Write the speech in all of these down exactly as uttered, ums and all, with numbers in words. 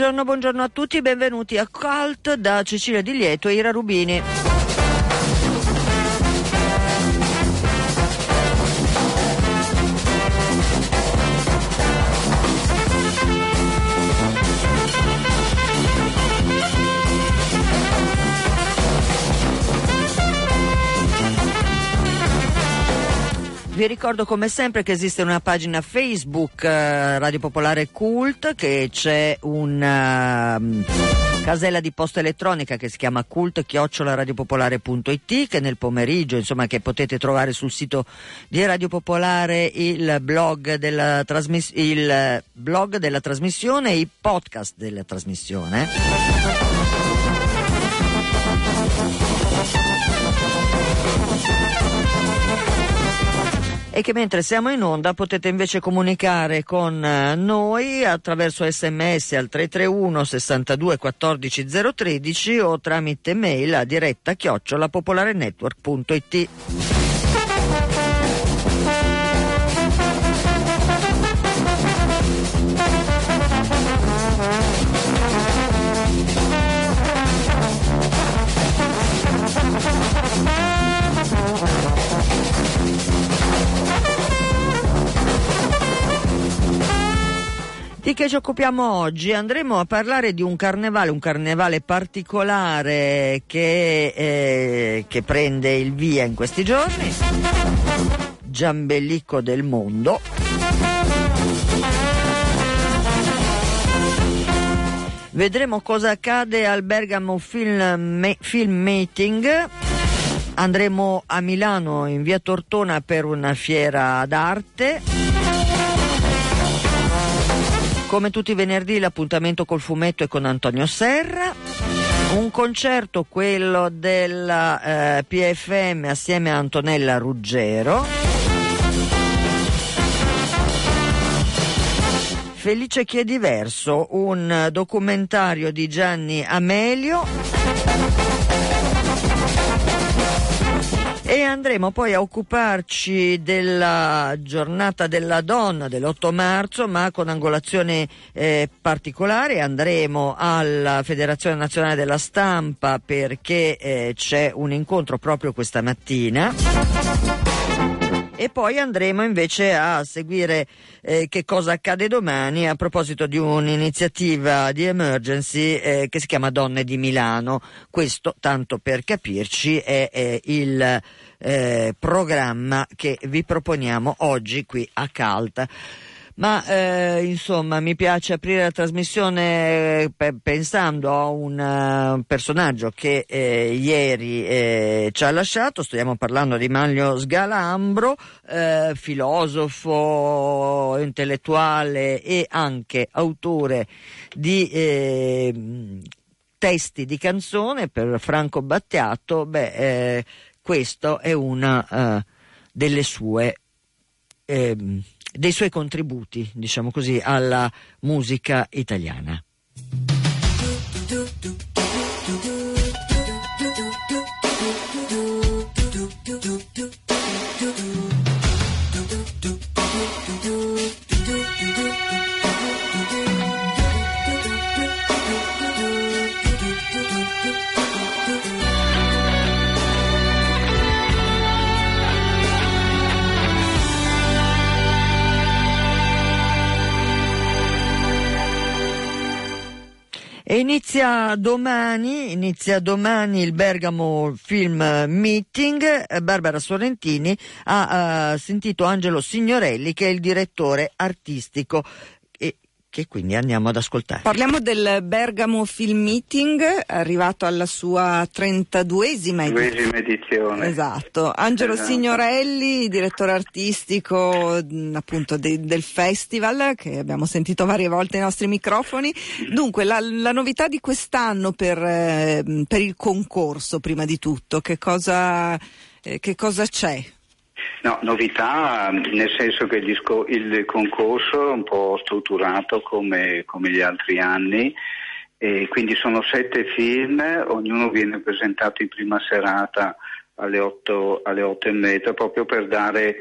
Buongiorno, buongiorno a tutti, benvenuti a Cult da Cecilia Di Lieto e Ira Rubini. Vi ricordo come sempre che esiste una pagina Facebook eh, Radio Popolare Cult, che c'è una um, casella di posta elettronica che si chiama cult chiocciola radiopopolare punto it, che nel pomeriggio, insomma, che potete trovare sul sito di Radio Popolare il blog della, trasmiss- il blog della trasmissione e i podcast della trasmissione. E che mentre siamo in onda potete invece comunicare con noi attraverso sms al tre tre uno sessantadue quattordici zero tredici o tramite mail a diretta chiocciola popolarenetwork punto it. Di che ci occupiamo oggi? Andremo a parlare di un carnevale, un carnevale particolare che, eh, che prende il via in questi giorni, Giambellicco del Mondo. Vedremo cosa accade al Bergamo Film, Film Meeting. Andremo a Milano in via Tortona per una fiera d'arte. Come tutti i venerdì l'appuntamento col fumetto è con Antonio Serra, un concerto, quello della eh, P F M assieme a Antonella Ruggero, Felice chi è diverso, un documentario di Gianni Amelio. E andremo poi a occuparci della giornata della donna dell'otto marzo, ma con angolazione eh, particolare. Andremo alla Federazione Nazionale della Stampa perché eh, c'è un incontro proprio questa mattina. E poi andremo invece a seguire eh, che cosa accade domani a proposito di un'iniziativa di Emergency eh, che si chiama Donne di Milano. Questo, tanto per capirci, è, è il eh, programma che vi proponiamo oggi qui a Cult. Ma eh, insomma mi piace aprire la trasmissione pe- pensando a un uh, personaggio che eh, ieri eh, ci ha lasciato. Stiamo parlando di Manlio Sgalambro, eh, filosofo, intellettuale e anche autore di eh, testi di canzone per Franco Battiato. Beh, eh, questo è una uh, delle sue eh, dei suoi contributi, diciamo così, alla musica italiana. E inizia domani, inizia domani il Bergamo Film Meeting. Barbara Sorrentini ha uh, sentito Angelo Signorelli, che è il direttore artistico, e che quindi andiamo ad ascoltare. Parliamo del Bergamo Film Meeting, arrivato alla sua trentaduesima edizione. edizione. Esatto. Angelo esatto. Signorelli, direttore artistico appunto de, del festival, che abbiamo sentito varie volte ai nostri microfoni. Dunque, la, la novità di quest'anno per, eh, per il concorso, prima di tutto, che cosa, eh, che cosa c'è? No, novità nel senso che il, disco, il concorso è un po' strutturato come, come gli altri anni, e quindi sono sette film, ognuno viene presentato in prima serata alle otto, alle otto e mezza, proprio per dare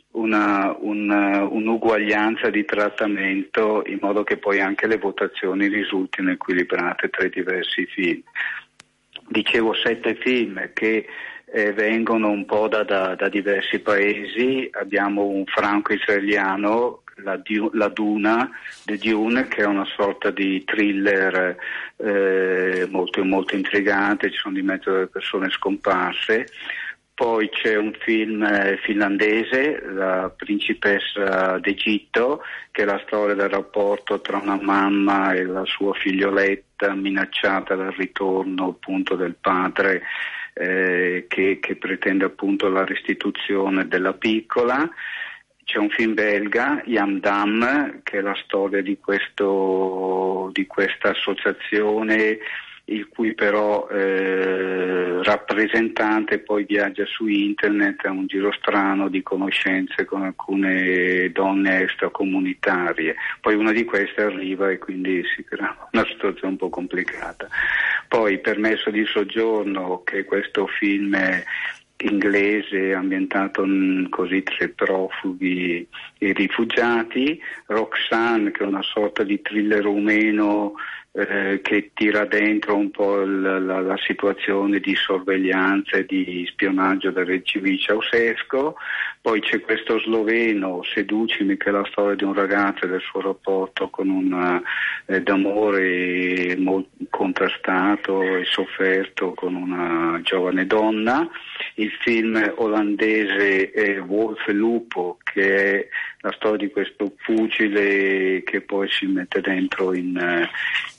una, una, un'uguaglianza di trattamento, in modo che poi anche le votazioni risultino equilibrate tra i diversi film. Dicevo sette film che eh, vengono un po' da, da, da diversi paesi. Abbiamo un franco-israeliano, la, la Duna, The Dune, che è una sorta di thriller eh, molto, molto intrigante, ci sono di mezzo delle persone scomparse. Poi c'è un film eh, finlandese, La principessa d'Egitto, che è la storia del rapporto tra una mamma e la sua figlioletta, minacciata dal ritorno appunto del padre eh, che, che pretende appunto la restituzione della piccola. C'è un film belga, Yamdam, che è la storia di questo di questa associazione, il cui però eh, rappresentante poi viaggia su internet a un giro strano di conoscenze con alcune donne extracomunitarie. Poi una di queste arriva e quindi si crea una situazione un po' complicata. Poi Permesso di soggiorno, che è questo film inglese ambientato in, così tra i profughi e i rifugiati. Roxanne, che è una sorta di thriller rumeno eh, che tira dentro un po' la, la, la situazione di sorveglianza e di spionaggio del regime Ceausescu. Poi c'è questo sloveno, Seducimi, che è la storia di un ragazzo e del suo rapporto con un eh, d'amore molto contrastato e sofferto con una giovane donna. Il film olandese è Wolf e Lupo, che è la storia di questo pugile che poi si mette dentro in,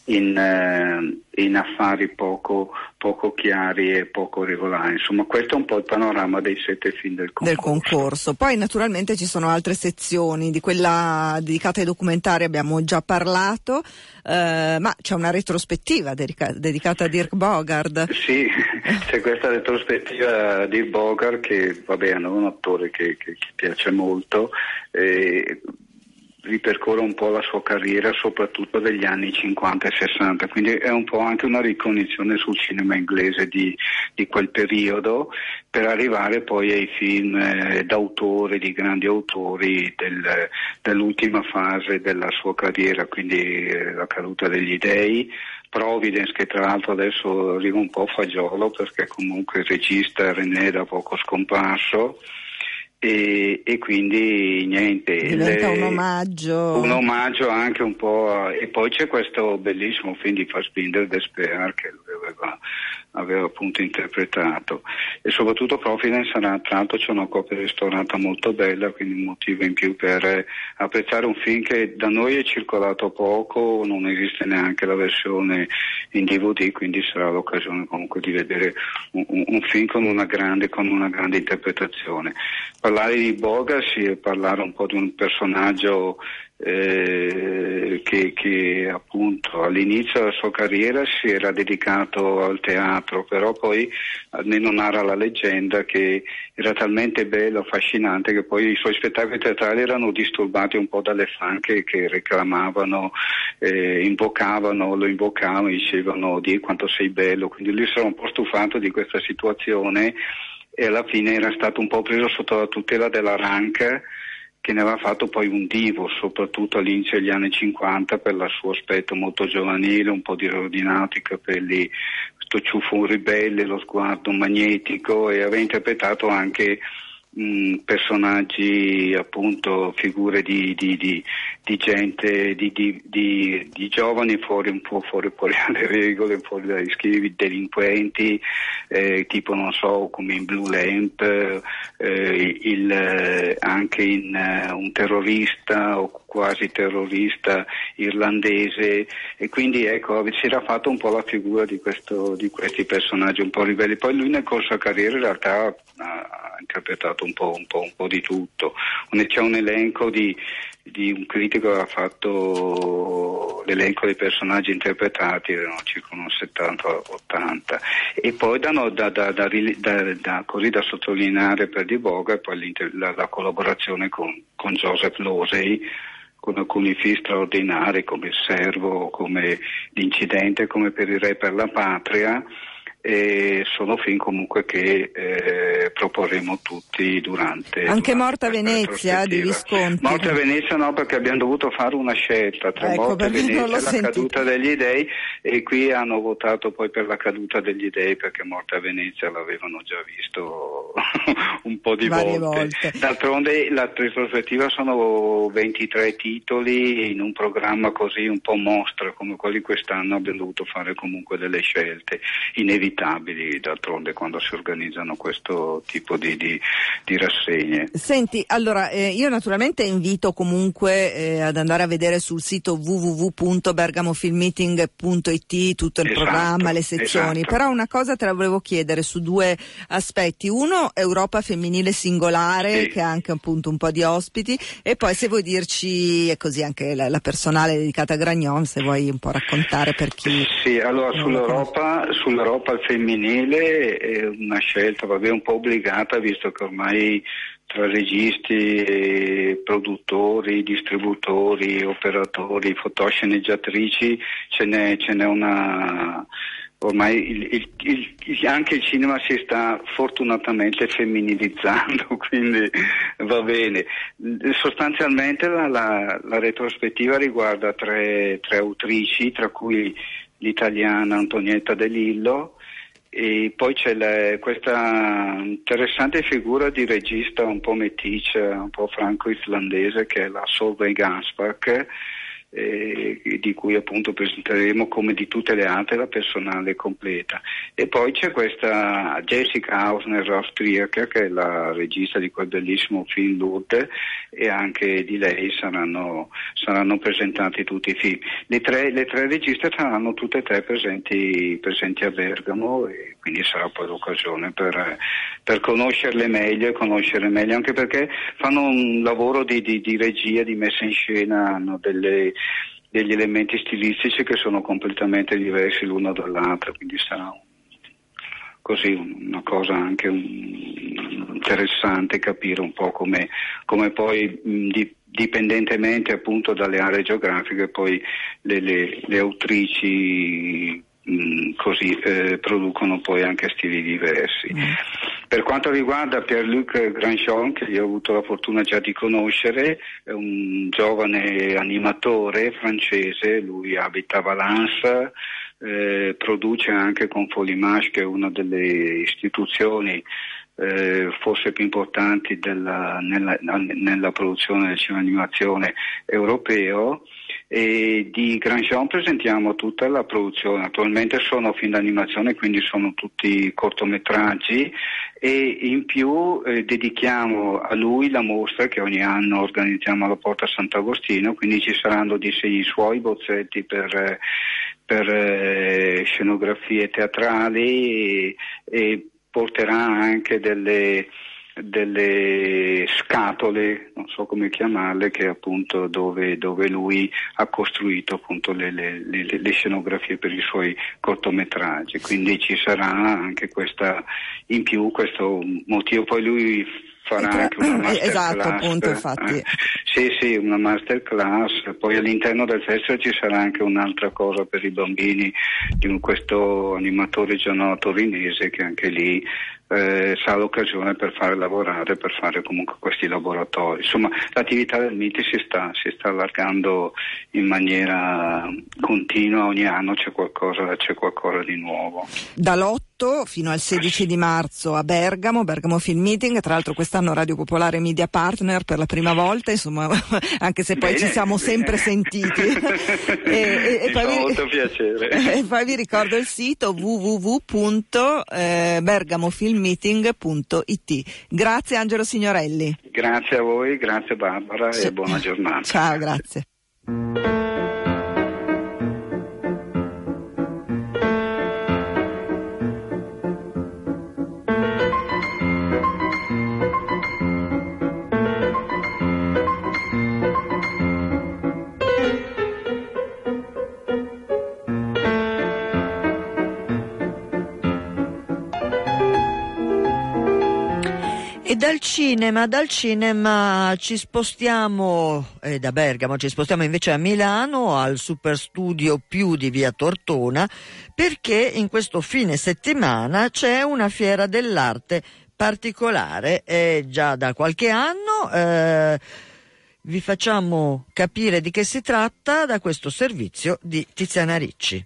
in, in affari poco, poco chiari e poco regolari. Insomma, questo è un po' il panorama dei sette film del concorso. Del concorso. Poi naturalmente ci sono altre sezioni, di quella dedicata ai documentari abbiamo già parlato, eh, ma c'è una retrospettiva dedica- dedicata a Dirk Bogarde. Sì, c'è questa retrospettiva di Bogart, che vabbè, è un attore che, che, che piace molto, eh, ripercorre un po' la sua carriera, soprattutto degli anni cinquanta e sessanta, quindi è un po' anche una ricognizione sul cinema inglese di, di quel periodo, per arrivare poi ai film eh, d'autore, di grandi autori del, dell'ultima fase della sua carriera, quindi eh, La caduta degli dei, Providence, che tra l'altro adesso arriva un po' fagiolo perché comunque il regista René da poco scomparso. E, e quindi niente, diventa le, un omaggio un omaggio anche un po' a, e poi c'è questo bellissimo film di Fassbinder, Despair, che lui aveva, aveva appunto interpretato, e soprattutto Providence sarà, tra l'altro c'è una copia restaurata molto bella, quindi un motivo in più per eh, apprezzare un film che da noi è circolato poco, non esiste neanche la versione in D V D, quindi sarà l'occasione comunque di vedere un, un, un film con una grande, con una grande interpretazione. Parlare di Bogart sì, è parlare un po' di un personaggio eh, che, che appunto all'inizio della sua carriera si era dedicato al teatro, però poi almeno narra la leggenda che era talmente bello, affascinante, che poi i suoi spettacoli teatrali erano disturbati un po' dalle fan che, che reclamavano, eh, invocavano, lo invocavano, dicevano di quanto sei bello, quindi lui si era un po' stufato di questa situazione e alla fine era stato un po' preso sotto la tutela della Rank, che ne aveva fatto poi un divo, soprattutto all'inizio degli anni cinquanta, per il suo aspetto molto giovanile, un po' disordinato, i capelli, questo ciuffo ribelle, lo sguardo magnetico, e aveva interpretato anche mh, personaggi, appunto figure di, di, di, di gente, di, di, di, di giovani fuori un po' fuori, fuori dalle regole, fuori dagli schemi, delinquenti, eh, tipo non so, come in Blue Lamp, eh, il, eh, anche in eh, un terrorista o quasi terrorista irlandese, e quindi ecco, si era fatto un po' la figura di questo, di questi personaggi un po' ribelli. Poi lui nel corso della carriera in realtà ha interpretato un po', un po', un po' di tutto. C'è un elenco di, di un critico che aveva fatto l'elenco dei personaggi interpretati, erano circa unos settanta ottanta, e poi danno, da, da, da, da, da, così da sottolineare per Di Bogart poi la, la collaborazione con, con Joseph Losey, con alcuni film straordinari come Il Servo, come L'Incidente, come Per il Re per la Patria, e sono film comunque che eh, proporremo tutti durante anche durante Morta Venezia di Visconti. Morta Venezia no, perché abbiamo dovuto fare una scelta tra ecco, Morta Venezia e la sentito. caduta degli dei, e qui hanno votato poi per la caduta degli dei perché Morta Venezia l'avevano già visto un po' di Varie volte. volte. D'altronde la retrospettiva sono ventitré titoli in un programma così un po' mostra come quelli quest'anno. Abbiamo dovuto fare comunque delle scelte inevitabili, d'altronde, quando si organizzano questo tipo di, di, di rassegne. Senti, allora eh, io naturalmente invito comunque eh, ad andare a vedere sul sito w w w punto bergamofilmmeeting punto i t tutto il esatto, programma, le sezioni, esatto. Però una cosa te la volevo chiedere su due aspetti: uno, Europa femminile singolare, sì. che ha anche appunto un po' di ospiti, e poi se vuoi dirci, e così anche la, la personale dedicata a Gragnon, se vuoi un po' raccontare per chi... Sì, allora sull'Europa, sull'Europa al femminile è una scelta, vabbè, un po' obbligata, visto che ormai tra registi, produttori, distributori, operatori, fotosceneggiatrici ce n'è, ce n'è una... Ormai il, il, il, il, anche il cinema si sta fortunatamente femminilizzando, quindi va bene. Sostanzialmente la, la, la retrospettiva riguarda tre, tre autrici, tra cui l'italiana Antonietta De Lillo, e poi c'è la, questa interessante figura di regista un po' meticcia, un po' franco-islandese, che è la Solveig Gansbach, Eh, di cui appunto presenteremo, come di tutte le altre, la personale completa. E poi c'è questa Jessica Hausner austriaca, che è la regista di quel bellissimo film Lourdes, e anche di lei saranno, saranno presentati tutti i film. Le tre, le tre registe saranno tutte e tre presenti, presenti a Bergamo, e quindi sarà poi l'occasione per, per conoscerle meglio e conoscere meglio, anche perché fanno un lavoro di, di, di regia, di messa in scena, hanno delle degli elementi stilistici che sono completamente diversi l'uno dall'altro, quindi sarà così una cosa anche un, interessante capire un po' come, come poi mh, di, dipendentemente appunto dalle aree geografiche poi le, le, le autrici mh, così eh, producono poi anche stili diversi. Mm. Per quanto riguarda Pierre-Luc Grandjean, che io ho avuto la fortuna già di conoscere, è un giovane animatore francese, lui abita a Valence, eh, produce anche con Folimage, che è una delle istituzioni eh, forse più importanti della, nella, nella produzione del cinema animazione europeo. E di Grandjean presentiamo tutta la produzione, attualmente sono film d'animazione, quindi sono tutti cortometraggi, e in più eh, dedichiamo a lui la mostra che ogni anno organizziamo alla Porta Sant'Agostino, quindi ci saranno di sei suoi bozzetti per, per eh, scenografie teatrali, e, e porterà anche delle delle scatole, non so come chiamarle, che appunto dove, dove lui ha costruito appunto le, le, le, le scenografie per i suoi cortometraggi, quindi ci sarà anche questa in più questo motivo. Poi lui farà anche una masterclass. Esatto, appunto, infatti. Eh, sì, sì, una masterclass. Poi all'interno del festival ci sarà anche un'altra cosa per i bambini di questo animatore Gianò torinese, che anche lì eh, sarà l'occasione per fare lavorare, per fare comunque questi laboratori. Insomma, l'attività del M I T si sta, si sta allargando in maniera continua, ogni anno c'è qualcosa, c'è qualcosa di nuovo. Dall'otto fino al sedici di marzo a Bergamo, Bergamo Film Meeting, tra l'altro quest'anno Radio Popolare Media Partner per la prima volta, insomma, anche se poi bene, ci siamo bene. sempre sentiti. e, e, e, Mi poi fa vi, molto piacere. E poi vi ricordo il sito w w w punto bergamofilmmeeting punto i t. Grazie Angelo Signorelli. Grazie a voi, grazie Barbara, C- e buona giornata. Ciao, grazie. E dal cinema, dal cinema ci spostiamo, eh, da Bergamo ci spostiamo invece a Milano, al Super Studio Più di via Tortona, perché in questo fine settimana c'è una fiera dell'arte particolare, eh, già da qualche anno. Eh, vi facciamo capire di che si tratta da questo servizio di Tiziana Ricci.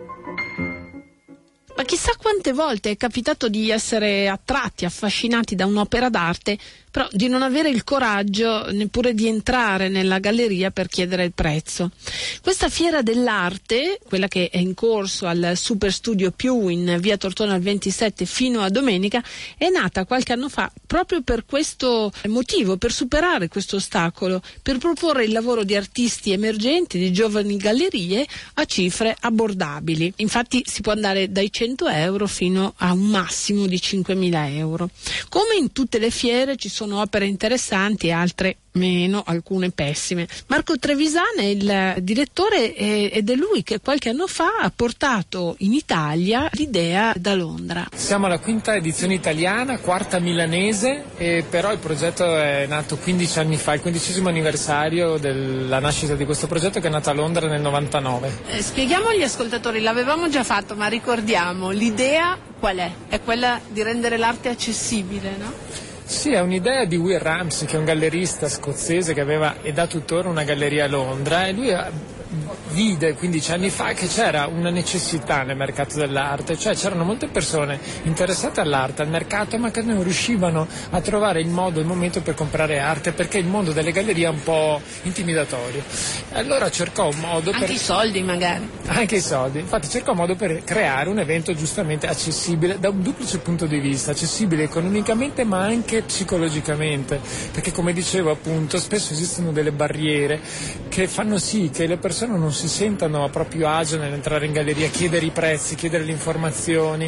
Ma chissà quante volte è capitato di essere attratti, affascinati da un'opera d'arte, però di non avere il coraggio neppure di entrare nella galleria per chiedere il prezzo. Questa fiera dell'arte, quella che è in corso al Super Studio Più in via Tortona al ventisette fino a domenica, è nata qualche anno fa proprio per questo motivo, per superare questo ostacolo, per proporre il lavoro di artisti emergenti, di giovani gallerie a cifre abbordabili. Infatti si può andare dai cento euro fino a un massimo di cinquemila euro. Come in tutte le fiere ci sono opere interessanti e altre meno, alcune pessime. Marco Trevisan è il direttore ed è lui che qualche anno fa ha portato in Italia l'idea da Londra. Siamo alla quinta edizione italiana, quarta milanese, e però il progetto è nato quindici anni fa, il quindicesimo anniversario della nascita di questo progetto, che è nato a Londra nel novantanove. Eh, spieghiamo agli ascoltatori, l'avevamo già fatto, ma ricordiamo, l'idea qual è? È quella di rendere l'arte accessibile, no? Sì, è un'idea di Will Ramsey, che è un gallerista scozzese che aveva ed ha tuttora una galleria a Londra, e lui ha, vide quindici anni fa che c'era una necessità nel mercato dell'arte, cioè c'erano molte persone interessate all'arte, al mercato, ma che non riuscivano a trovare il modo, il momento per comprare arte, perché il mondo delle gallerie è un po' intimidatorio. Allora cercò un modo anche per... i soldi magari. Anche i soldi, infatti cercò un modo per creare un evento giustamente accessibile da un duplice punto di vista, accessibile economicamente ma anche psicologicamente, perché come dicevo appunto spesso esistono delle barriere che fanno sì che le persone non si sentano a proprio agio nell'entrare in galleria, chiedere i prezzi, chiedere le informazioni.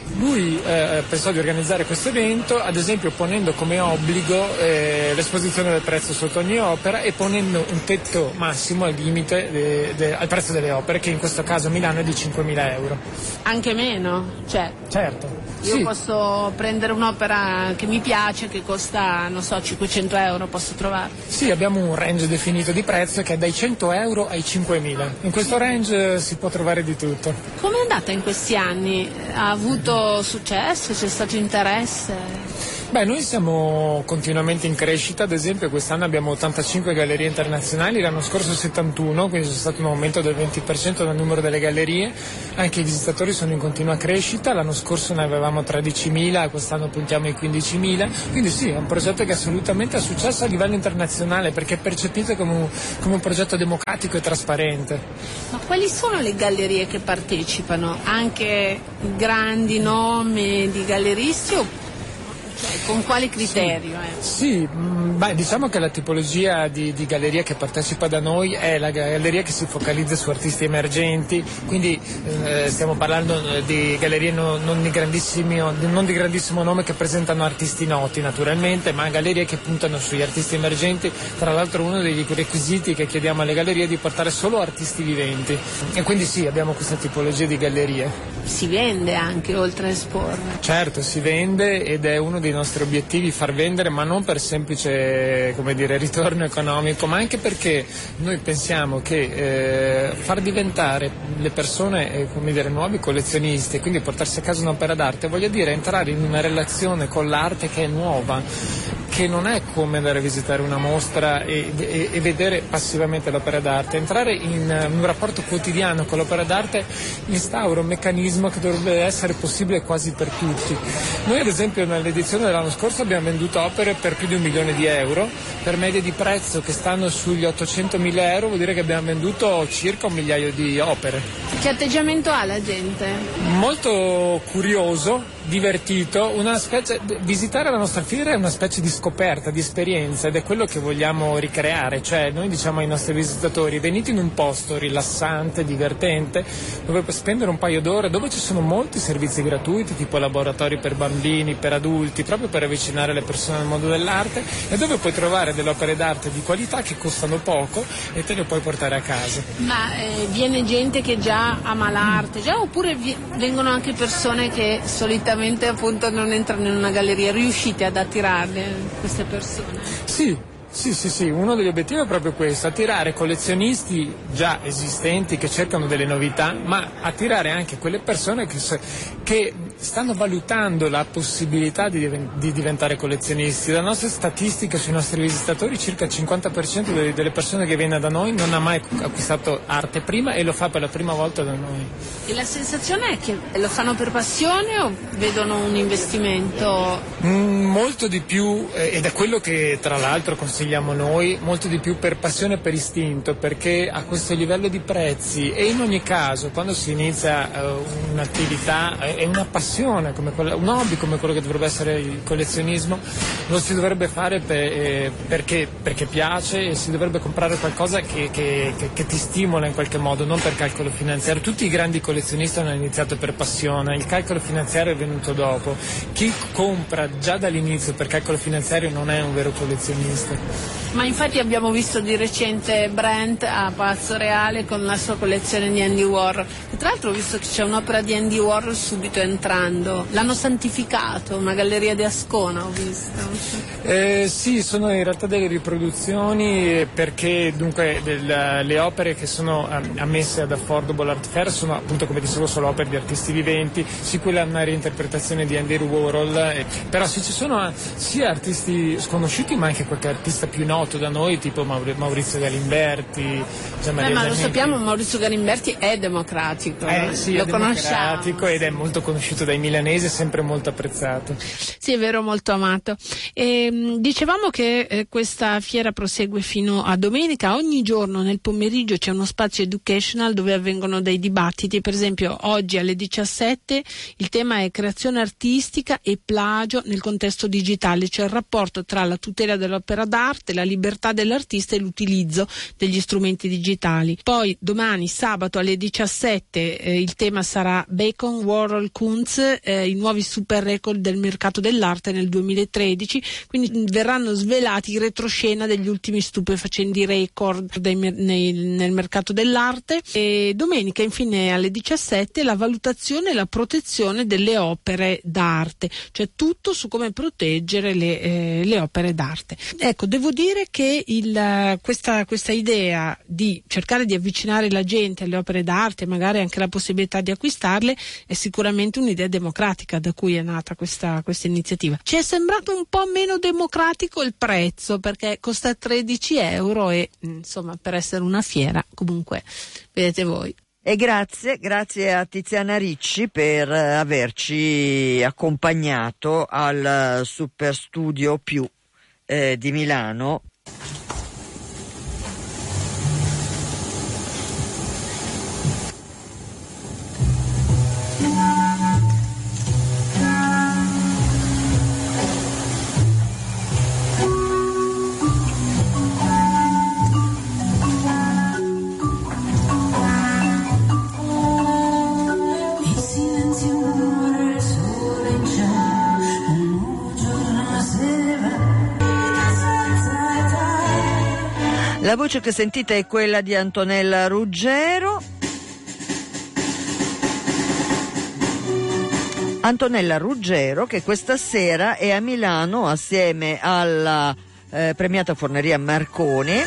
Lui eh, pensò di organizzare questo evento, ad esempio ponendo come obbligo eh, l'esposizione del prezzo sotto ogni opera e ponendo un tetto massimo al limite de, de, al prezzo delle opere, che in questo caso a Milano è di cinquemila euro. Anche meno? Cioè, certo. Io sì. posso prendere un'opera che mi piace, che costa, non so, cinquecento euro, posso trovare? Sì, abbiamo un range definito di prezzo che è dai cento euro ai cinquemila. In questo range si può trovare di tutto. Come è andata in questi anni? Ha avuto successo? C'è stato interesse? Beh, noi siamo continuamente in crescita, ad esempio quest'anno abbiamo ottantacinque gallerie internazionali, l'anno scorso settantuno, quindi c'è stato un aumento del venti per cento del numero delle gallerie, anche i visitatori sono in continua crescita, l'anno scorso ne avevamo tredicimila, quest'anno puntiamo ai quindicimila, quindi sì, è un progetto che assolutamente ha successo a livello internazionale perché è percepito come un, come un progetto democratico e trasparente. Ma quali sono le gallerie che partecipano? Anche grandi nomi di galleristi o con quale criterio? Sì, eh? sì beh, diciamo che la tipologia di, di galleria che partecipa da noi è la galleria che si focalizza su artisti emergenti, quindi eh, stiamo parlando di gallerie non, non, di grandissimo, non di grandissimo nome che presentano artisti noti naturalmente, ma gallerie che puntano sugli artisti emergenti. Tra l'altro uno dei requisiti che chiediamo alle gallerie è di portare solo artisti viventi, e quindi sì, abbiamo questa tipologia di gallerie. Si vende anche oltre a esporre? Certo, si vende ed è uno dei i nostri obiettivi far vendere, ma non per semplice, come dire, ritorno economico, ma anche perché noi pensiamo che eh, far diventare le persone eh, come dire, nuovi collezionisti e quindi portarsi a casa un'opera d'arte voglia dire entrare in una relazione con l'arte che è nuova, che non è come andare a visitare una mostra e, e, e vedere passivamente l'opera d'arte. Entrare in un rapporto quotidiano con l'opera d'arte instaura un meccanismo che dovrebbe essere possibile quasi per tutti. Noi ad esempio nell'edizione dell'anno scorso abbiamo venduto opere per più di un milione di euro, per medie di prezzo che stanno sugli ottocentomila euro, vuol dire che abbiamo venduto circa un migliaio di opere. Che atteggiamento ha la gente? Molto curioso, divertito, una specie, visitare la nostra fiera è una specie di scoperta scoperta, di esperienza, ed è quello che vogliamo ricreare. Cioè noi diciamo ai nostri visitatori: venite in un posto rilassante, divertente, dove puoi spendere un paio d'ore, dove ci sono molti servizi gratuiti tipo laboratori per bambini, per adulti, proprio per avvicinare le persone al mondo dell'arte, e dove puoi trovare delle opere d'arte di qualità che costano poco e te le puoi portare a casa. Ma eh, viene gente che già ama l'arte, già, oppure vi- vengono anche persone che solitamente appunto non entrano in una galleria? Riuscite ad attirarle queste persone? Sì. Sì, sì, sì, uno degli obiettivi è proprio questo: attirare collezionisti già esistenti che cercano delle novità, ma attirare anche quelle persone che, che stanno valutando la possibilità di, di diventare collezionisti. Da nostre statistiche sui nostri visitatori, circa il cinquanta per cento delle, delle persone che viene da noi non ha mai acquistato arte prima e lo fa per la prima volta da noi. E la sensazione è che lo fanno per passione o vedono un investimento? Mm, molto di più, eh, ed è quello che tra l'altro consigliamo noi, molto di più per passione e per istinto, perché a questo livello di prezzi, e in ogni caso quando si inizia uh, un'attività e uh, una passione come quella, un hobby come quello che dovrebbe essere il collezionismo, lo si dovrebbe fare per, eh, perché, perché piace, e si dovrebbe comprare qualcosa che, che, che, che ti stimola in qualche modo, non per calcolo finanziario. Tutti i grandi collezionisti hanno iniziato per passione, il calcolo finanziario è venuto dopo. Chi compra già dall'inizio per calcolo finanziario non è un vero collezionista. Ma infatti abbiamo visto di recente Brent a Palazzo Reale con la sua collezione di Andy Warhol, e tra l'altro ho visto che c'è un'opera di Andy Warhol subito entrando, l'hanno santificato, una galleria di Ascona ho visto. Eh, sì, sono in realtà delle riproduzioni, perché dunque del, le opere che sono ammesse ad Affordable Art Fair sono appunto, come dicevo, solo opere di artisti viventi. Sì, quella è una reinterpretazione di Andy Warhol, eh, però sì, ci sono sia artisti sconosciuti ma anche qualche artista più noto da noi, tipo Maurizio Galimberti. Beh, ma lo sappiamo, Maurizio Galimberti è democratico, eh, sì, lo è conosciamo ed è molto conosciuto dai milanesi, sempre molto apprezzato. Sì, è vero, molto amato. E, dicevamo che eh, questa fiera prosegue fino a domenica. Ogni giorno nel pomeriggio c'è uno spazio educational dove avvengono dei dibattiti. Per esempio oggi alle diciassette il tema è creazione artistica e plagio nel contesto digitale, cioè il rapporto tra la tutela dell'opera d'arte, la libertà dell'artista e l'utilizzo degli strumenti digitali. Poi domani sabato alle diciassette eh, il tema sarà Bacon, Warhol, Kunz, eh, i nuovi super record del mercato dell'arte nel duemilatredici, quindi verranno svelati in retroscena degli ultimi stupefacenti record dei, nei, nel mercato dell'arte. E domenica infine alle diciassette la valutazione e la protezione delle opere d'arte, cioè tutto su come proteggere le, eh, le opere d'arte. Ecco, devo dire che il, questa, questa idea di cercare di avvicinare la gente alle opere d'arte, magari anche la possibilità di acquistarle, è sicuramente un'idea democratica da cui è nata questa, questa iniziativa. Ci è sembrato un po' meno democratico il prezzo, perché costa tredici euro e insomma, per essere una fiera, comunque vedete voi. E grazie, grazie a Tiziana Ricci per averci accompagnato al Super Studio Più eh, di Milano. La voce che sentite è quella di Antonella Ruggero. Antonella Ruggero che questa sera è a Milano assieme alla eh, premiata Forneria Marconi.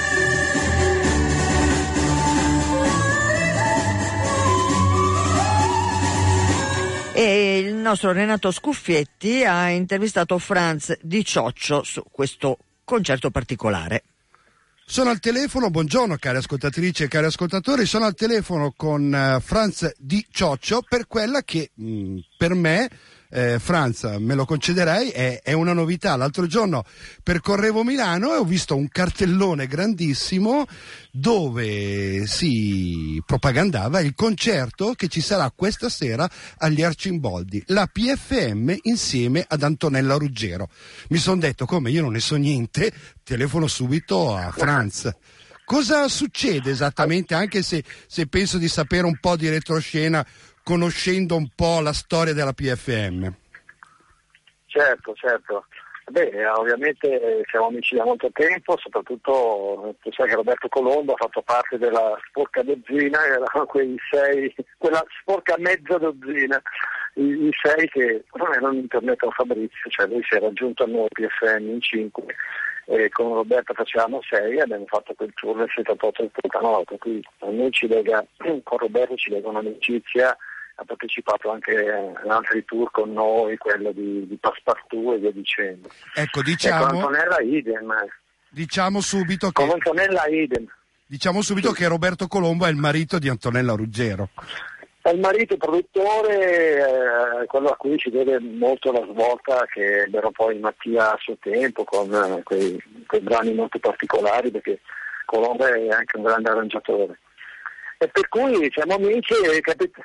E il nostro Renato Scuffietti ha intervistato Franz Di Cioccio su questo concerto particolare. Sono al telefono, buongiorno cari ascoltatrici e cari ascoltatori, sono al telefono con uh, Franz Di Cioccio per quella che mh, per me eh, Franz, me lo concederei, è, è una novità. L'altro giorno percorrevo Milano e ho visto un cartellone grandissimo dove si propagandava il concerto che ci sarà questa sera agli Arcimboldi, la P F M insieme ad Antonella Ruggero. Mi sono detto, come io non ne so niente, telefono subito a Franz. Cosa succede esattamente, anche se, se penso di sapere un po' di retroscena, conoscendo un po' la storia della P F M? Certo, certo. Beh, ovviamente siamo amici da molto tempo, soprattutto tu sai che Roberto Colombo ha fatto parte della sporca dozzina, che erano quei sei, quella sporca mezza dozzina, i, i sei che erano in internet con Fabrizio, cioè lui si è raggiunto a noi P F M in cinque e con Roberto facevamo sei e abbiamo fatto quel tour del settantotto e settantanove, quindi a noi ci lega, con Roberto ci lega un'amicizia. Ha partecipato anche a altri tour con noi, quello di, di Passepartout e via dicendo. Ecco, diciamo. E con Antonella idem. Diciamo subito che. Con Antonella idem. Diciamo subito sì. Che Roberto Colombo è il marito di Antonella Ruggero. È il marito produttore, eh, quello a cui si deve molto la svolta che ebbero poi Mattia a suo tempo, con eh, quei, quei brani molto particolari, perché Colombo è anche un grande arrangiatore. E per cui siamo amici e capite.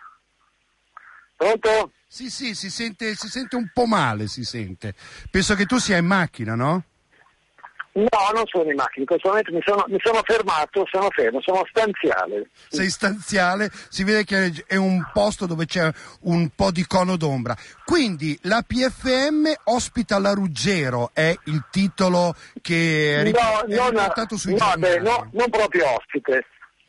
Pronto? Sì, sì, si sente, si sente un po' male, si sente. Penso che tu sia in macchina, no? No, non sono in macchina, in questo momento mi sono, mi sono fermato, sono fermo, sono stanziale. Sei stanziale, si vede che è un posto dove c'è un po' di cono d'ombra. Quindi la P F M ospita la Ruggero, è il titolo che è, rip- no, è non, riportato sui no, giornali. beh, no, non proprio ospite.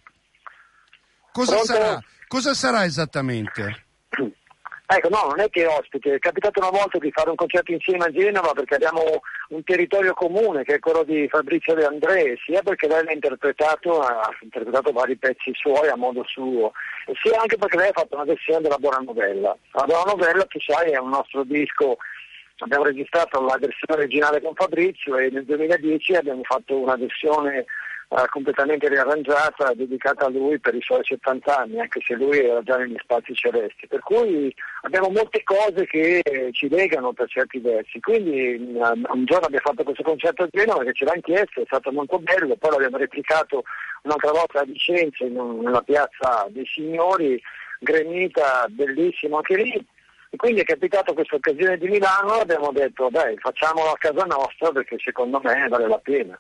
Cosa Pronto? sarà? Cosa sarà esattamente? Ecco, no, non è che è ospite, è capitato una volta di fare un concerto insieme a Genova perché abbiamo un territorio comune che è quello di Fabrizio De André, sia perché lei l'ha interpretato, ha interpretato vari pezzi suoi a modo suo, e sia anche perché lei ha fatto una versione della Buona Novella. La Buona Novella, tu sai, è un nostro disco, abbiamo registrato la versione originale con Fabrizio e nel duemiladieci abbiamo fatto una versione Uh, completamente riarrangiata, dedicata a lui per i suoi settanta anni, anche se lui era già negli spazi celesti, per cui abbiamo molte cose che eh, ci legano per certi versi, quindi uh, un giorno abbiamo fatto questo concerto a Genova che ce l'hanno chiesto, è stato molto bello, poi l'abbiamo replicato un'altra volta a Vicenza in un, nella piazza dei Signori, gremita, bellissimo anche lì, e quindi è capitato questa occasione di Milano, abbiamo detto dai, facciamolo a casa nostra perché secondo me vale la pena.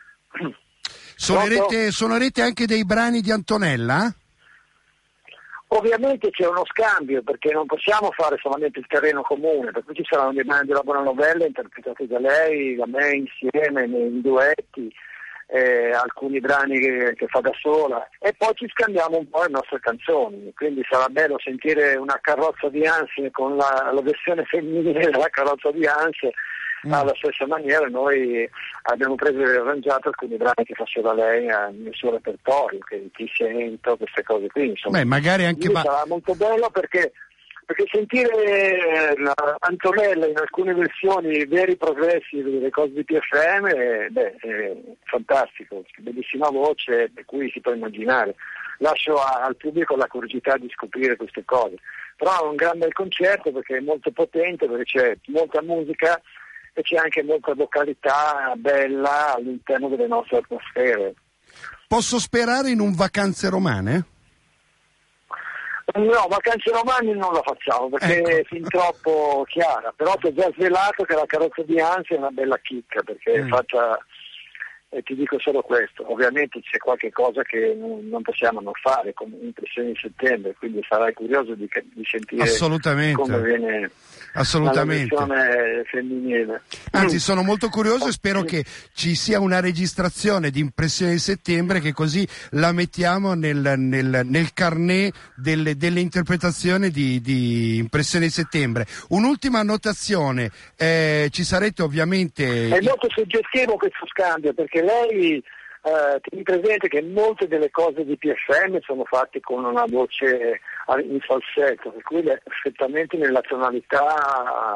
Suonerete, suonerete anche dei brani di Antonella? Ovviamente c'è uno scambio perché non possiamo fare solamente il terreno comune, per cui ci saranno dei brani della Buona Novella interpretati da lei, da me insieme, nei duetti, eh, alcuni brani che, che fa da sola e poi ci scambiamo un po' le nostre canzoni, quindi sarà bello sentire una carrozza di ansie con la, la versione femminile della carrozza di ansie. Alla stessa maniera noi abbiamo preso e arrangiato alcuni brani che faceva lei nel suo repertorio, che ti sento, queste cose qui, insomma. Beh, magari anche ma... sarà molto bello perché, perché sentire la Antonella in alcune versioni veri progressi delle cose di P F M beh, è fantastico, bellissima voce, per cui si può immaginare. Lascio a, al pubblico la curiosità di scoprire queste cose, però è un gran bel concerto perché è molto potente, perché c'è molta musica e c'è anche molta vocalità bella all'interno delle nostre atmosfere. Posso sperare in un Vacanze Romane? No, Vacanze Romane non la facciamo perché ecco. È fin troppo chiara, però ti ho già svelato che la carrozza di Ansia è una bella chicca perché è fatta, e ti dico solo questo, ovviamente c'è qualche cosa che non possiamo non fare come Impressioni di settembre, quindi sarai curioso di, di sentire assolutamente. Come viene assolutamente la versione femminile. Anzi, sono molto curioso e spero che ci sia una registrazione di Impressioni di settembre, che così la mettiamo nel, nel, nel carnet delle, delle interpretazioni di, di Impressioni di settembre. Un'ultima annotazione, eh, ci sarete ovviamente... È molto suggestivo questo scambio perché lei eh, tieni presente che molte delle cose di P F M sono fatte con una voce in falsetto, per cui è perfettamente nella tonalità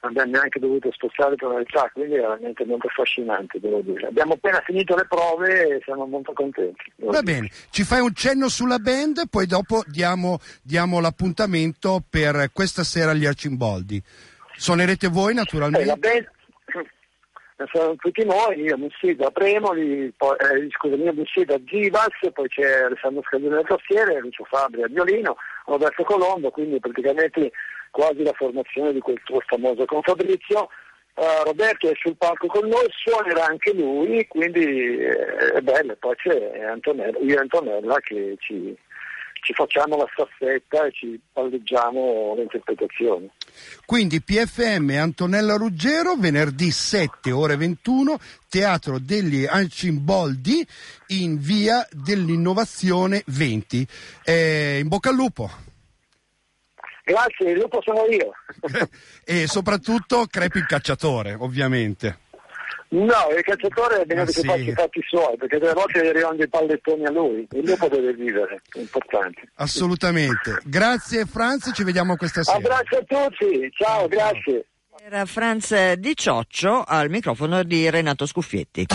abbiamo neanche dovuto spostare tonalità, quindi è veramente molto affascinante, devo dire. Abbiamo appena finito le prove e siamo molto contenti. Va dire. bene, ci fai un cenno sulla band, poi dopo diamo, diamo l'appuntamento per questa sera agli Arcimboldi. Suonerete voi naturalmente? Eh, la band... Sono tutti noi, io Mussida Premoli, poi, eh, scusa, io Mussida Givas, poi c'è Alessandro Scaglione al tastiere, Lucio Fabri al violino, Roberto Colombo, quindi praticamente quasi la formazione di quel tuo famoso con Fabrizio. Uh, Roberto è sul palco con noi, suonerà anche lui, quindi eh, è bello. Poi c'è Antonella, io e Antonella che ci, ci facciamo la staffetta e ci palleggiamo le interpretazioni. Quindi P F M Antonella Ruggero, venerdì sette ore ventuno, Teatro degli Arcimboldi in via dell'Innovazione venti. Eh, in bocca al lupo. Grazie, il lupo sono io. E soprattutto crepi il cacciatore, ovviamente. No, il cacciatore è bene Ma che sì. faccia i fatti suoi, perché delle volte gli arrivano dei pallettoni a lui. Il lupo deve vivere, è importante. Assolutamente. Grazie Franz, ci vediamo questa sera. Abbraccio a tutti, ciao, grazie. Era Franz Di Cioccio al microfono di Renato Scuffietti.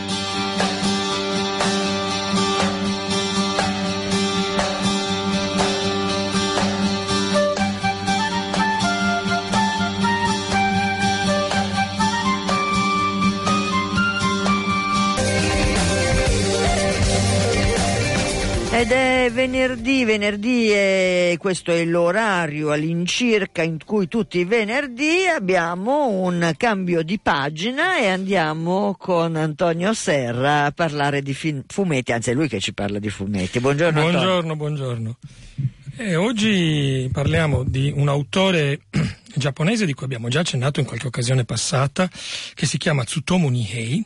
Ed è venerdì, venerdì è, questo è l'orario all'incirca in cui tutti i venerdì abbiamo un cambio di pagina e andiamo con Antonio Serra a parlare di film, fumetti, anzi è lui che ci parla di fumetti. Buongiorno Antonio. Buongiorno, buongiorno. E oggi parliamo di un autore giapponese di cui abbiamo già accennato in qualche occasione passata, che si chiama Tsutomu Nihei.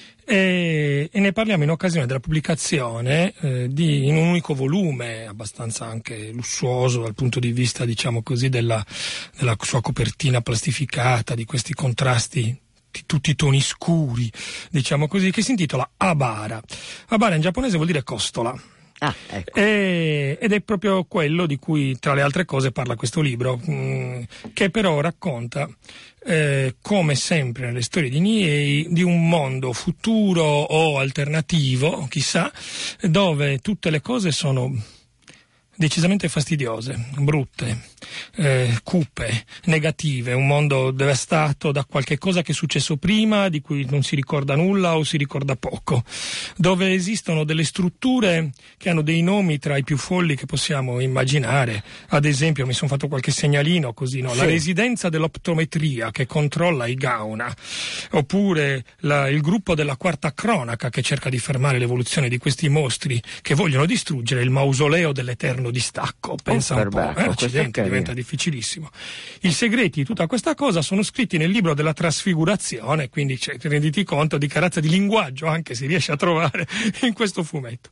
E, e ne parliamo in occasione della pubblicazione eh, di, in un unico volume, abbastanza anche lussuoso dal punto di vista, diciamo così, della, della sua copertina plastificata, di questi contrasti di tutti i toni scuri, diciamo così, che si intitola Abara. Abara in giapponese vuol dire costola. Ah, ecco. E, ed è proprio quello di cui, tra le altre cose, parla questo libro, mh, che però racconta, eh, come sempre nelle storie di Nihei, di un mondo futuro o alternativo, chissà, dove tutte le cose sono decisamente fastidiose, brutte, eh, cupe, negative, un mondo devastato da qualche cosa che è successo prima, di cui non si ricorda nulla o si ricorda poco, dove esistono delle strutture che hanno dei nomi tra i più folli che possiamo immaginare. Ad esempio, mi sono fatto qualche segnalino così, no? Sì. La residenza dell'optometria che controlla i Gauna, oppure la, il gruppo della quarta cronaca che cerca di fermare l'evoluzione di questi mostri che vogliono distruggere il mausoleo dell'eterno distacco. Pensa oh, un po', eh? Accidenti, diventa difficilissimo. I segreti di tutta questa cosa sono scritti nel libro della trasfigurazione, quindi cioè, renditi conto di che razza di linguaggio anche si riesce a trovare in questo fumetto,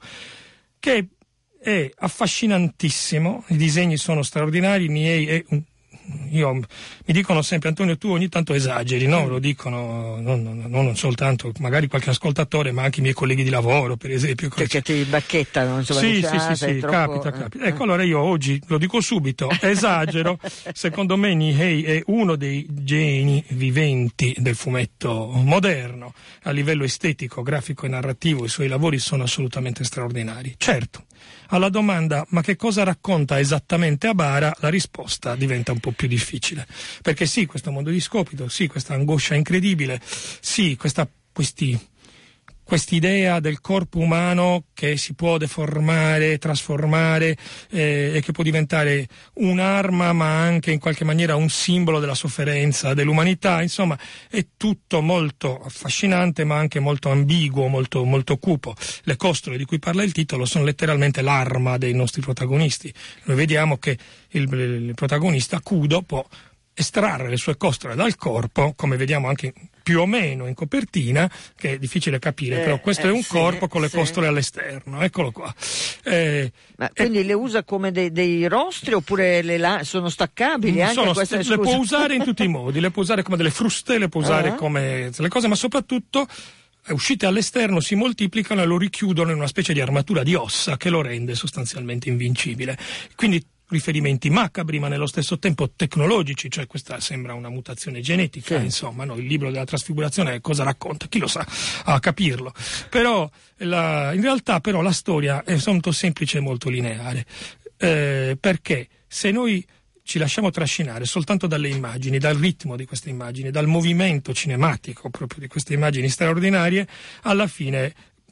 che è affascinantissimo, i disegni sono straordinari. Nihei è un Io, mi dicono sempre: Antonio, tu ogni tanto esageri, no? Lo dicono non, non, non soltanto magari qualche ascoltatore, ma anche i miei colleghi di lavoro, per esempio. Perché ti bacchettano, insomma. Sì, dice, sì, ah, sì, sì, troppo... capita, capita. Ecco, allora io oggi, lo dico subito, esagero. Secondo me Nihei è uno dei geni viventi del fumetto moderno. A livello estetico, grafico e narrativo i suoi lavori sono assolutamente straordinari. Certo, alla domanda ma che cosa racconta esattamente Abara, la risposta diventa un po' più difficile, perché sì, questo mondo di scopito, sì, questa angoscia incredibile, sì, questa, questi quest'idea del corpo umano che si può deformare, trasformare eh, e che può diventare un'arma ma anche in qualche maniera un simbolo della sofferenza dell'umanità. Insomma, è tutto molto affascinante ma anche molto ambiguo, molto, molto cupo. Le costole di cui parla il titolo sono letteralmente l'arma dei nostri protagonisti. Noi vediamo che il, il protagonista Kudo può estrarre le sue costole dal corpo, come vediamo anche più o meno in copertina, che è difficile capire, eh, però questo eh, è un sì, corpo con le sì. costole all'esterno, eccolo qua. Eh, Ma quindi eh, le usa come dei, dei rostri oppure le la- sono staccabili? Anche sono queste, st- le può usare in tutti i modi, le può usare come delle fruste, le può usare uh-huh. come le cose, ma soprattutto uscite all'esterno si moltiplicano e lo richiudono in una specie di armatura di ossa che lo rende sostanzialmente invincibile. Quindi riferimenti macabri ma nello stesso tempo tecnologici, cioè questa sembra una mutazione genetica, sì. Insomma, no? Il libro della trasfigurazione cosa racconta? Chi lo sa a capirlo. Però la, in realtà però la storia è molto semplice e molto lineare, eh, perché se noi ci lasciamo trascinare soltanto dalle immagini, dal ritmo di queste immagini, dal movimento cinematico proprio di queste immagini straordinarie, alla fine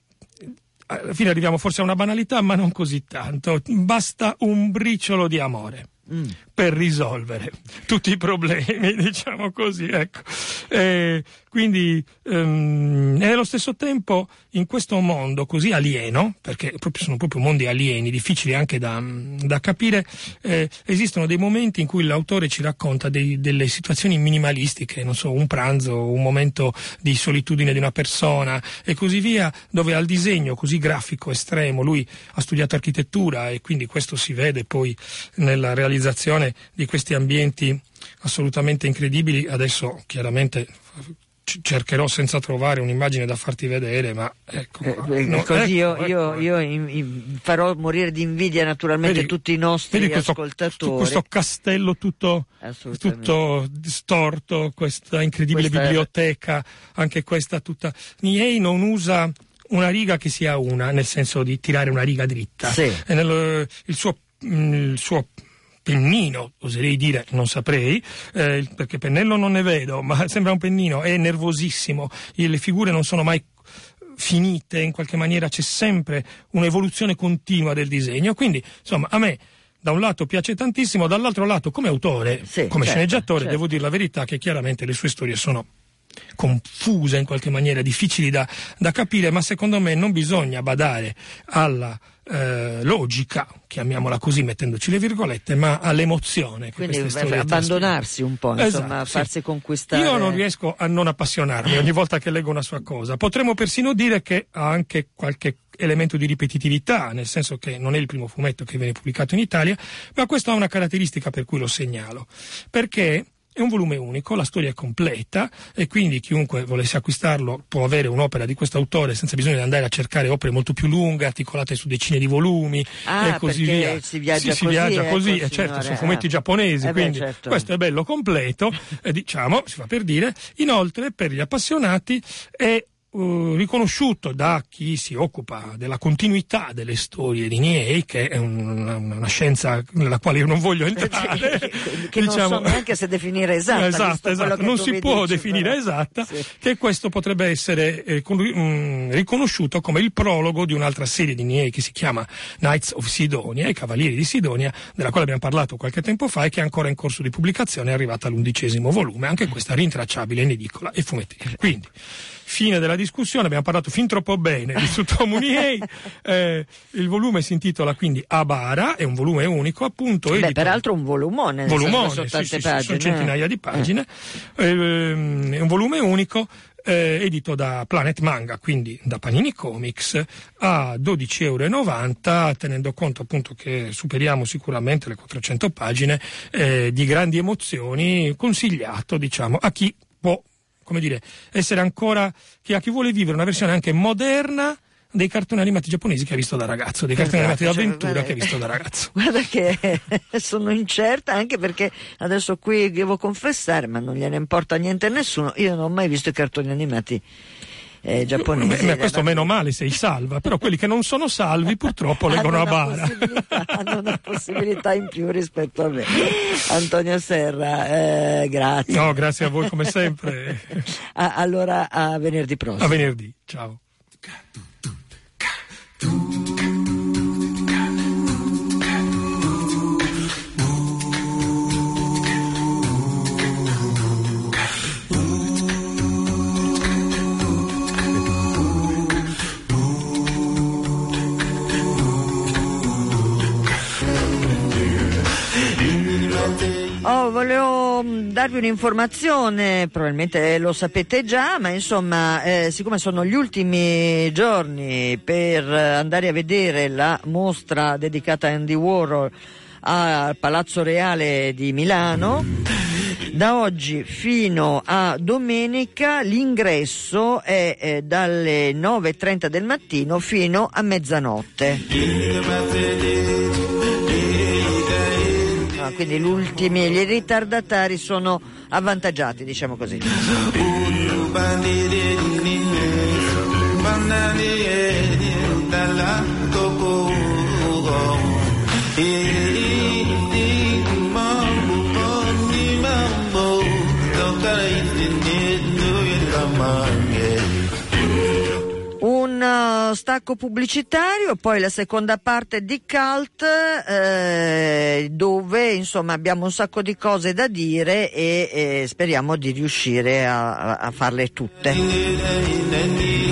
alla fine arriviamo forse a una banalità, ma non così tanto. Basta un briciolo di amore mm. per risolvere tutti i problemi, diciamo così, ecco. E quindi ehm, e nello stesso tempo in questo mondo così alieno, perché proprio, sono proprio mondi alieni, difficili anche da, da capire, eh, esistono dei momenti in cui l'autore ci racconta dei, delle situazioni minimalistiche, non so, un pranzo, un momento di solitudine di una persona e così via, dove al disegno così grafico estremo, lui ha studiato architettura e quindi questo si vede poi nella realizzazione di questi ambienti assolutamente incredibili. Adesso chiaramente cercherò senza trovare un'immagine da farti vedere, ma ecco, eh, no, così ecco, io, ecco. io in, in, farò morire di invidia naturalmente vedi, tutti i nostri vedi questo, ascoltatori. Questo castello tutto, tutto storto, questa incredibile questa biblioteca, è... anche questa tutta. Niei non usa una riga che sia una, nel senso di tirare una riga dritta. Sì. E nel, il suo, il suo pennino, oserei dire, non saprei, eh, perché pennello non ne vedo, ma sembra un pennino, è nervosissimo, e le figure non sono mai finite, in qualche maniera c'è sempre un'evoluzione continua del disegno, quindi insomma a me da un lato piace tantissimo, dall'altro lato come autore, sì, come certo, sceneggiatore, certo. devo dire la verità che chiaramente le sue storie sono confuse in qualche maniera, difficili da, da capire, ma secondo me non bisogna badare alla eh, logica, chiamiamola così mettendoci le virgolette, ma all'emozione che quindi queste storie abbandonarsi un po', insomma, esatto, farsi sì. conquistare. Io non riesco a non appassionarmi ogni volta che leggo una sua cosa. Potremmo persino dire che ha anche qualche elemento di ripetitività, nel senso che non è il primo fumetto che viene pubblicato in Italia, ma questo ha una caratteristica per cui lo segnalo, perché è un volume unico, la storia è completa e quindi chiunque volesse acquistarlo può avere un'opera di questo autore senza bisogno di andare a cercare opere molto più lunghe, articolate su decine di volumi ah, e così via. Si viaggia sì, così, si viaggia ecco, così, signore, e certo, sono fumetti ah. giapponesi, eh quindi beh, certo. questo è bello completo, eh, diciamo, si fa per dire. Inoltre, per gli appassionati è Uh, riconosciuto da chi si occupa della continuità delle storie di Niei, che è un, una, una scienza nella quale io non voglio entrare, che, che diciamo, non so neanche se definire esatta, esatto, esatto. non si può dici, definire però. esatta, sì. Che questo potrebbe essere eh, con, mh, riconosciuto come il prologo di un'altra serie di Niei che si chiama Knights of Sidonia, i Cavalieri di Sidonia, della quale abbiamo parlato qualche tempo fa e che è ancora in corso di pubblicazione, è arrivata all'undicesimo volume, anche questa rintracciabile in edicola e fumetteria. Quindi fine della discussione, abbiamo parlato fin troppo bene di Tsutomu Niei. eh, il volume si intitola quindi Abara, è un volume unico, appunto. Beh, edito... peraltro un volumone, volumone sono tante sì, sì, pagine. Sono centinaia di pagine. Eh. Eh, è un volume unico, eh, edito da Planet Manga, quindi da Panini Comics, a dodici e novanta euro, tenendo conto appunto che superiamo sicuramente le quattrocento pagine, eh, di grandi emozioni, consigliato, diciamo, a chi può, come dire, essere ancora, che a chi vuole vivere una versione anche moderna dei cartoni animati giapponesi che ha visto da ragazzo, dei cartoni esatto, animati cioè, d'avventura guarda, che ha visto da ragazzo. Guarda che sono incerta, anche perché adesso qui devo confessare, ma non gliene importa niente a nessuno, io non ho mai visto i cartoni animati eh, giapponesi. Beh, questo meno male, sei salva, però quelli che non sono salvi purtroppo leggono a bara. Hanno una possibilità in più rispetto a me. Antonio Serra, eh, grazie. No, grazie a voi come sempre. a, allora a venerdì prossimo. A venerdì, ciao. Oh, volevo darvi un'informazione, probabilmente lo sapete già, ma insomma, eh, siccome sono gli ultimi giorni per andare a vedere la mostra dedicata a Andy Warhol al Palazzo Reale di Milano, da oggi fino a domenica l'ingresso è eh, dalle nove e trenta del mattino fino a mezzanotte. quindi gli ultimi, gli ritardatari sono avvantaggiati, diciamo così. Un uh, stacco pubblicitario, poi la seconda parte di Cult, eh, dove insomma abbiamo un sacco di cose da dire e, e speriamo di riuscire a, a farle tutte.